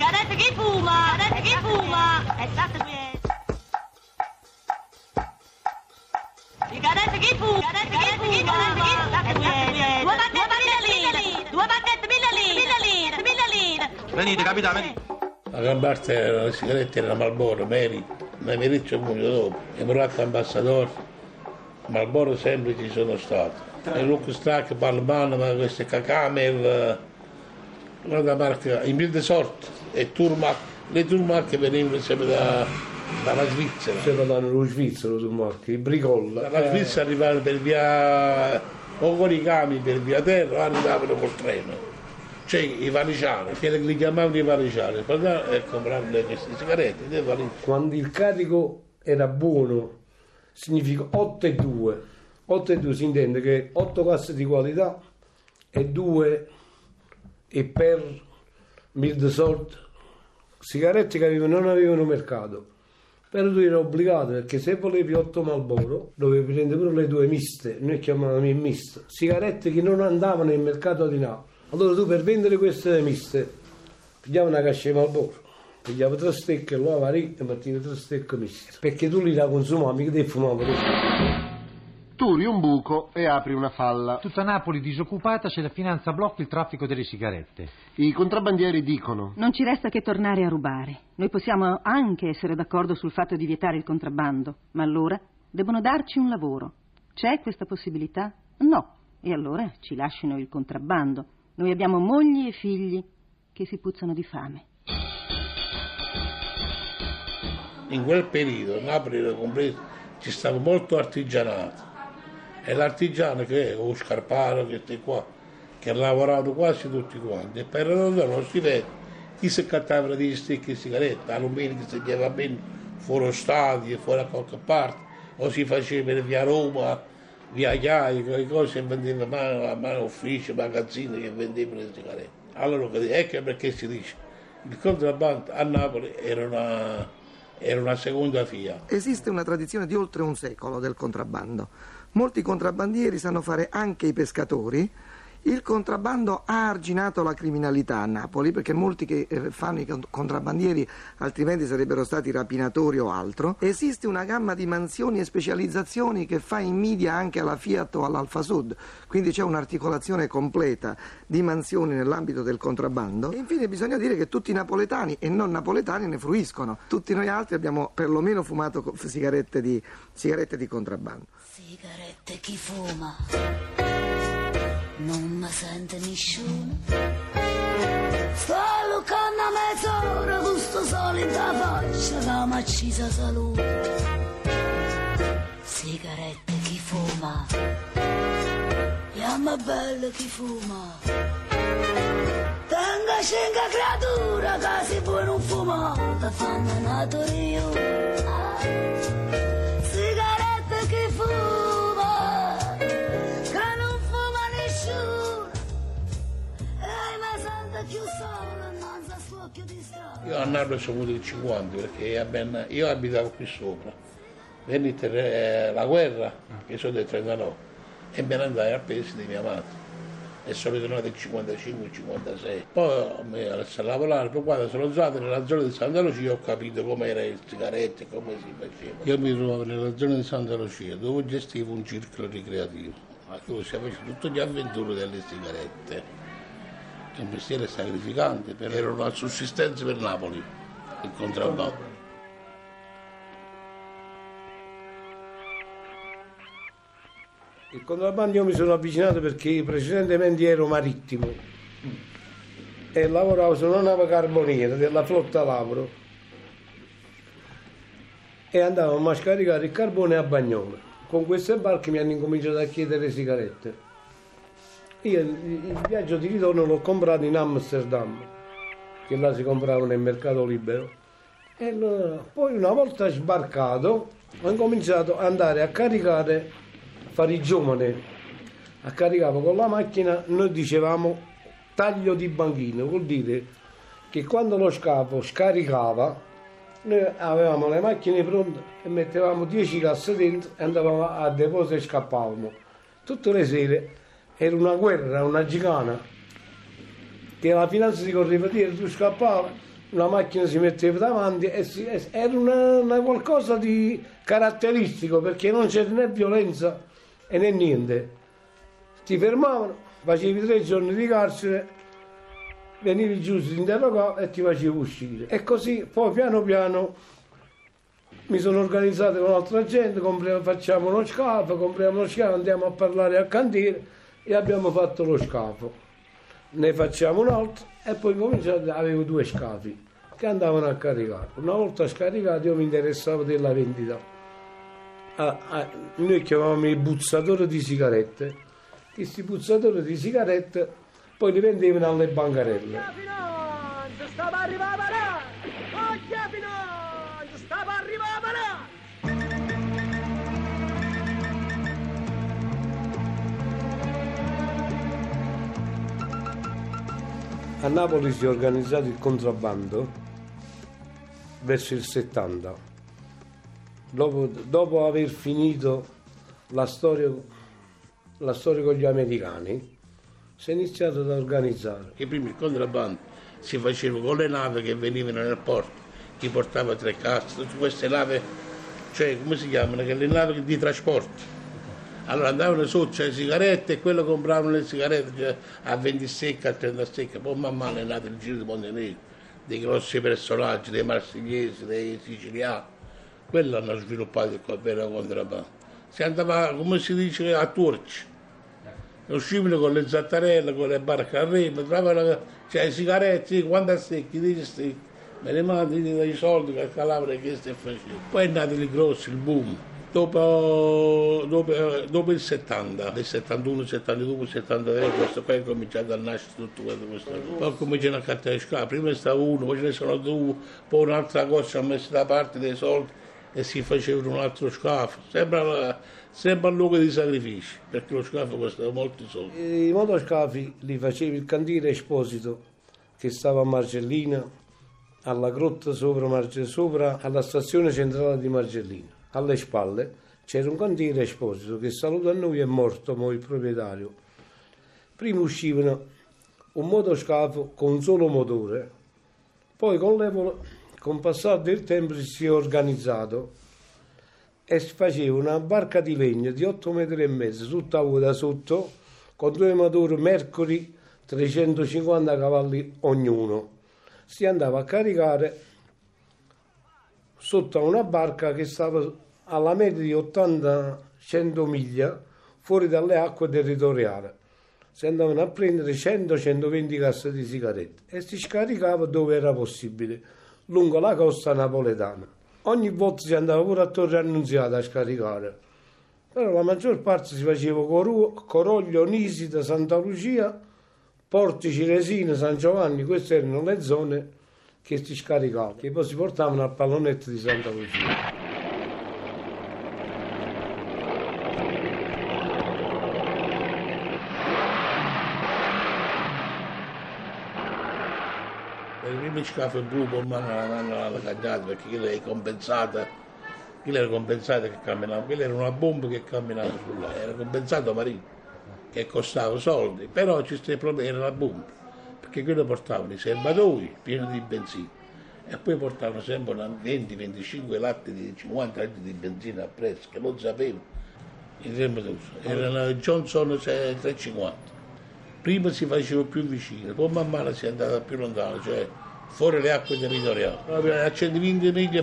Sigarette chi fuma? Sigarette chi fuma? Esatto qui è. Sigarette chi fuma? Sigarette chi fuma? Esatto qui è. Due bacchette, 1.000 lire. Venite, capitano, venite. La gran parte delle sigarette era Marlboro, Mary c'è venuto dopo. E Murat Ambassador, Marlboro sempre ci sono stato. E Lucas Strack, Balman, ma queste Camel, una marca, in Bill de Sort e Turmac, le Turmac venivano sempre dalla Svizzera. C'era dallo svizzero Turmac, i Bricol. Dalla Svizzera arrivavano per via, o con i camion per via terra, arrivavano col treno. Cioè i vaniciani, che li chiamavano i vaniciani, per andare a comprare queste sigarette, le valigie. Quando il carico era buono, significa 8 e 2. 8 e 2 si intende che 8 casse di qualità e 2 e per mil de sort sigarette che non avevano mercato. Però tu eri obbligato, perché se volevi 8 Marlboro dovevi prendere pure le 2 miste, noi chiamavamo il misto, sigarette che non andavano nel mercato di Napoli. Allora tu per vendere queste miste pigliavi una cascia di Marlboro, pigliavi 3 stecche, lo avari e mettevi 3 stecche miste, perché tu li da consumavi, che te fumavi. Turi un buco e apri una falla. Tutta Napoli disoccupata, se la finanza blocca il traffico delle sigarette. I contrabbandieri dicono: non ci resta che tornare a rubare. Noi possiamo anche essere d'accordo sul fatto di vietare il contrabbando, ma allora devono darci un lavoro. C'è questa possibilità? No. E allora ci lasciano il contrabbando. Noi abbiamo mogli e figli che si puzzano di fame. In quel periodo, Napoli era compreso, ci stava molto artigianato. E l'artigiano che è lo Scarparo, che è qua, che lavoravano quasi tutti quanti. E per non si vede, chi si cattavano degli stecchi di sigarette, almeno che si chiamava bene fuori stadi, fuori a qualche parte, o si faceva via Roma, via Chiai, quelle cose, e vendeva a mano uffici, magazzini che vendevano le sigarette. Allora ecco perché si dice, il contrabbando a Napoli era una seconda via. Esiste una tradizione di oltre un secolo del contrabbando. Molti contrabbandieri sanno fare anche i pescatori. Il contrabbando ha arginato la criminalità a Napoli, perché molti che fanno i contrabbandieri altrimenti sarebbero stati rapinatori o altro. Esiste una gamma di mansioni e specializzazioni che fa invidia anche alla Fiat o all'Alfa Sud, quindi c'è un'articolazione completa di mansioni nell'ambito del contrabbando. E infine bisogna dire che tutti i napoletani e non napoletani ne fruiscono. Tutti noi altri abbiamo perlomeno fumato sigarette di contrabbando. Sigarette chi fuma? Non mi sente nessuno. Sto luccando a mezz'ora con sto solita faccia che mi accisa salute. Sigarette chi fuma? Chiama bella chi fuma. Tenga 5 creatura che si può non fumare, ti fanno nato io. Sigarette chi fuma? Io a Napoli sono venuto nel 50 perché io abitavo qui sopra. Venne la guerra, che sono del 39, e me ne andai al paese di mia madre. E sono ritornato nel 55-56. Poi mi iniziato a lavorare, poi quando sono andato nella zona di Santa Lucia ho capito com'era il sigarette, come si faceva. Io mi trovavo nella zona di Santa Lucia dove gestivo un circolo ricreativo, dove si faceva tutte le avventure delle sigarette. È un mestiere sacrificante, era una sussistenza per Napoli, il contrabbando. Il contrabbando io mi sono avvicinato perché precedentemente ero marittimo e lavoravo su una nave carboniera della flotta Lavro e andavamo a scaricare il carbone a Bagnolo. Con queste barche mi hanno incominciato a chiedere sigarette. Io il viaggio di ritorno l'ho comprato in Amsterdam, che là si comprava nel mercato libero. E poi una volta sbarcato ho incominciato ad andare a caricare, fare i giovani. Caricavo con la macchina, noi dicevamo taglio di banchino, vuol dire che quando lo scafo scaricava, noi avevamo le macchine pronte e mettevamo 10 casse dentro e andavamo a deposito e scappavamo. Tutte le sere. Era una guerra, una gicana, che la finanza si correva dietro, tu scappavi una macchina si metteva davanti era una qualcosa di caratteristico, perché non c'era né violenza e né niente. Ti fermavano, facevi 3 giorni di carcere, venivi giù, si interrogava e ti facevi uscire. E così poi piano piano mi sono organizzato con altra gente, facciamo uno scafo, andiamo a parlare al cantiere e abbiamo fatto lo scafo. Ne facciamo un altro e poi avevo 2 scafi che andavano a caricare. Una volta scaricati io mi interessavo della vendita. Noi chiamavamo i buzzatori di sigarette. Questi buzzatori di sigarette poi li vendevano alle bancarelle. Stava arrivando là! Stava arrivando là! A Napoli si è organizzato il contrabbando verso il 70, dopo aver finito la storia con gli americani, si è iniziato ad organizzare. Che prima il contrabbando si faceva con le navi che venivano nel porto, chi portava 3 casse, tutte queste navi, cioè come si chiamano, che le navi di trasporto. Allora andavano sotto, c'è le sigarette e quello compravano le sigarette, cioè, a 20 secche, a 30 secche. Poi man mano è nato il giro di Montenegro, dei grossi personaggi, dei marsigliesi, dei siciliani. Quello hanno sviluppato il vero contrabbando. Si andava, come si dice, a torci. Uscivano con le zattarelle, con le barche a remo, trovavano, cioè, le sigarette, quando a secchi, 10 secchi. Me ne mandi dei soldi che calavano e questo e facevano. Poi è nato il grosso, il boom. Dopo il 70, del 71, 72, 73, questo qua è cominciato a nascere tutto questo. Poi cominciano a cattare scafi, prima stava uno, poi ce ne sono 2, poi un'altra cosa ci ha messo da parte dei soldi e si faceva un altro scafo, sempre al luogo di sacrifici, perché lo scafo costava molti soldi. I motoscafi li faceva il cantiere Esposito, che stava a Marcellina, alla grotta sopra alla stazione centrale di Marcellina. Alle spalle c'era un cantiere Esposito che saluta a noi, è morto mo il proprietario. Prima uscivano un motoscafo con un solo motore, poi con passato del tempo si è organizzato e si faceva una barca di legno di 8,5 metri, tutta da sotto, con 2 motori Mercury 350 cavalli ognuno. Si andava a caricare sotto a una barca che stava alla media di 80-100 miglia fuori dalle acque territoriali. Si andavano a prendere 100-120 casse di sigarette e si scaricava dove era possibile, lungo la costa napoletana. Ogni volta si andava pure a Torre Annunziata a scaricare, però la maggior parte si faceva Coroglio, Nisida, Santa Lucia, Porti, Ciresina, San Giovanni. Queste erano le zone che si scaricavano, che poi si portavano al pallonetto di Santa Lucia. Le prime scafe blu poi man mano l'hanno cambiato, perché quella è compensata, quella era compensata che camminava, quella era una bomba che camminava sulla, era compensato marino, che costava soldi, però ci sta il problema, era la bomba, perché quello portavano i serbatoi pieni di benzina e poi portavano sempre 20-25 latte di 50 litri di benzina a prezzo, che non sapevano il tempo d'uso, erano Johnson 350. Prima si faceva più vicino, poi man mano si è andata più lontano, cioè fuori le acque territoriali. A 120 miglia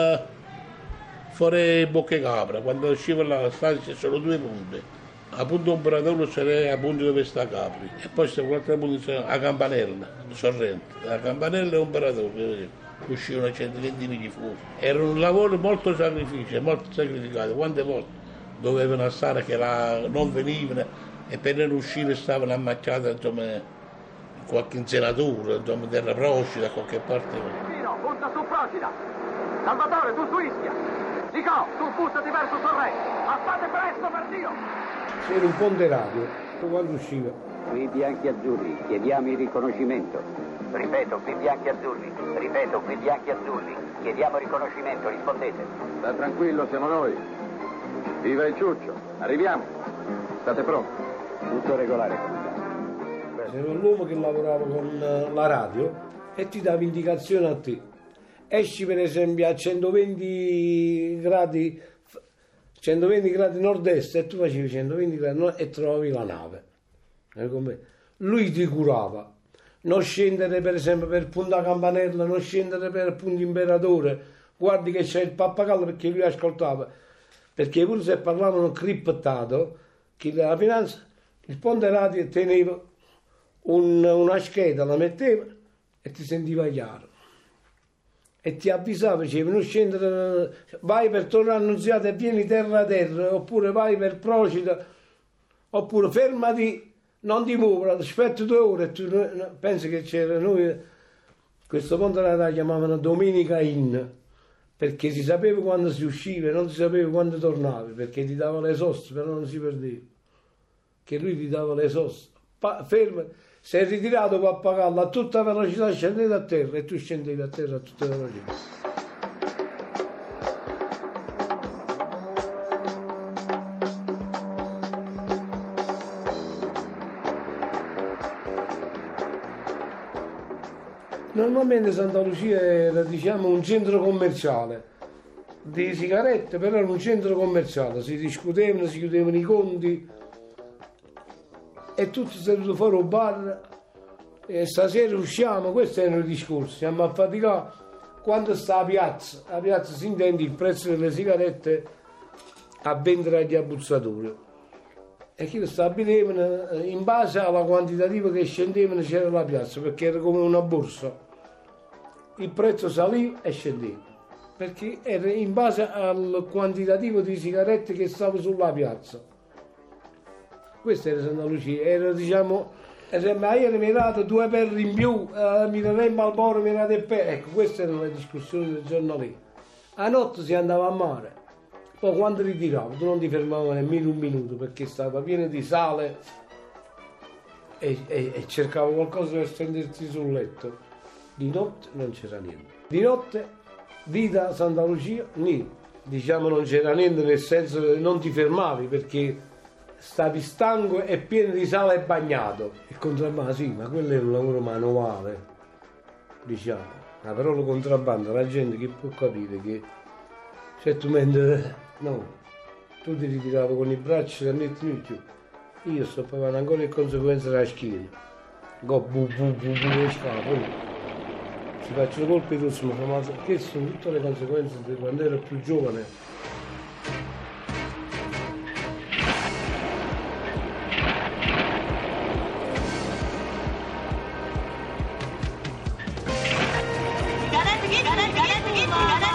fuori Boccacapra, quando usciva la strada c'erano solo 2 punte. A Punta Operatore c'era a Punta dove sta Capri e poi c'è un'altra punta a Campanella, Sorrento. A Campanella e Operatore, uscivano 120 miglia fuori. Era un lavoro molto sacrificio, molto sacrificato. Quante volte dovevano stare che non venivano e per non uscire stavano ammacciate, insomma, in qualche insenatura, insomma, terra Procida, da qualche parte. Pino, punta su Procida! Salvatore, tu su Ischia! Nicò, tu buttati verso Sorrento! Ma fate presto, per Dio! C'era un ponte radio, quando usciva. Qui bianchi azzurri, chiediamo il riconoscimento. Ripeto, qui bianchi azzurri. Ripeto, qui bianchi azzurri. Chiediamo riconoscimento, rispondete. Sta tranquillo, siamo noi. Viva il Ciuccio, arriviamo. State pronti? Tutto regolare, comandante. C'era un uomo che lavorava con la radio e ti dava indicazione a te. Esci per esempio a 120 gradi nord-est e tu facevi 120 gradi nord e trovavi la nave. Lui ti curava. Non scendere per esempio per Punta Campanella, non scendere per Punta Imperatore, guardi che c'è il pappagallo, perché lui ascoltava, perché pure se parlavano criptato, che la finanza, il ponte radio teneva una scheda, la metteva e ti sentiva chiaro. E ti avvisava, diceva non scendere, vai per Torre Annunziata e vieni terra a terra, oppure vai per Procida, oppure fermati, non ti muovere, aspetta 2 ore. E tu, pensi che c'era noi, questo ponte la chiamavano Domenica Inn, perché si sapeva quando si usciva e non si sapeva quando tornavi, perché ti dava le soste, però non si perdeva, che lui ti dava le soste. Ferma, sei ritirato pappagallo a tutta velocità, scendete a terra e tu scendevi a terra a tutta velocità. Normalmente Santa Lucia era, diciamo, un centro commerciale di sigarette, però era un centro commerciale, si discutevano, si chiudevano i conti e tutti seduti fuori al bar e stasera usciamo, questi erano i discorsi, siamo a faticare. Quando sta la piazza si intende il prezzo delle sigarette a vendere agli abbuzzatori, e che lo stabilivano in base alla quantitativa che scendevano, c'era la piazza, perché era come una borsa. Il prezzo saliva e scendeva, perché era in base al quantitativo di sigarette che stava sulla piazza. Questa era Santa Lucia, era, diciamo, ieri mi ha dato 2 perri in più, mi daremmo al Moro, mi date il perro. Ecco, queste erano le discussioni del giorno lì. A notte si andava a mare, poi quando ritiravo tu non ti fermavi nemmeno un minuto, perché stava pieno di sale e cercavo qualcosa per stendersi sul letto. Di notte non c'era niente. Di notte, vita Santa Lucia, niente. Diciamo non c'era niente, nel senso che non ti fermavi perché stavi stanco e pieno di sale e bagnato. Il contrabbando, sì, ma quello è un lavoro manuale, diciamo. Ma però lo contrabbando, la gente che può capire che certamente no, tu ti ritiravi con i bracci e metti giù. Io sto pagando ancora le conseguenze della schiena. Go bu bu bu bu le scapole. Ci faccio colpi di rosso, ma queste sono tutte le conseguenze di quando ero più giovane. Garante,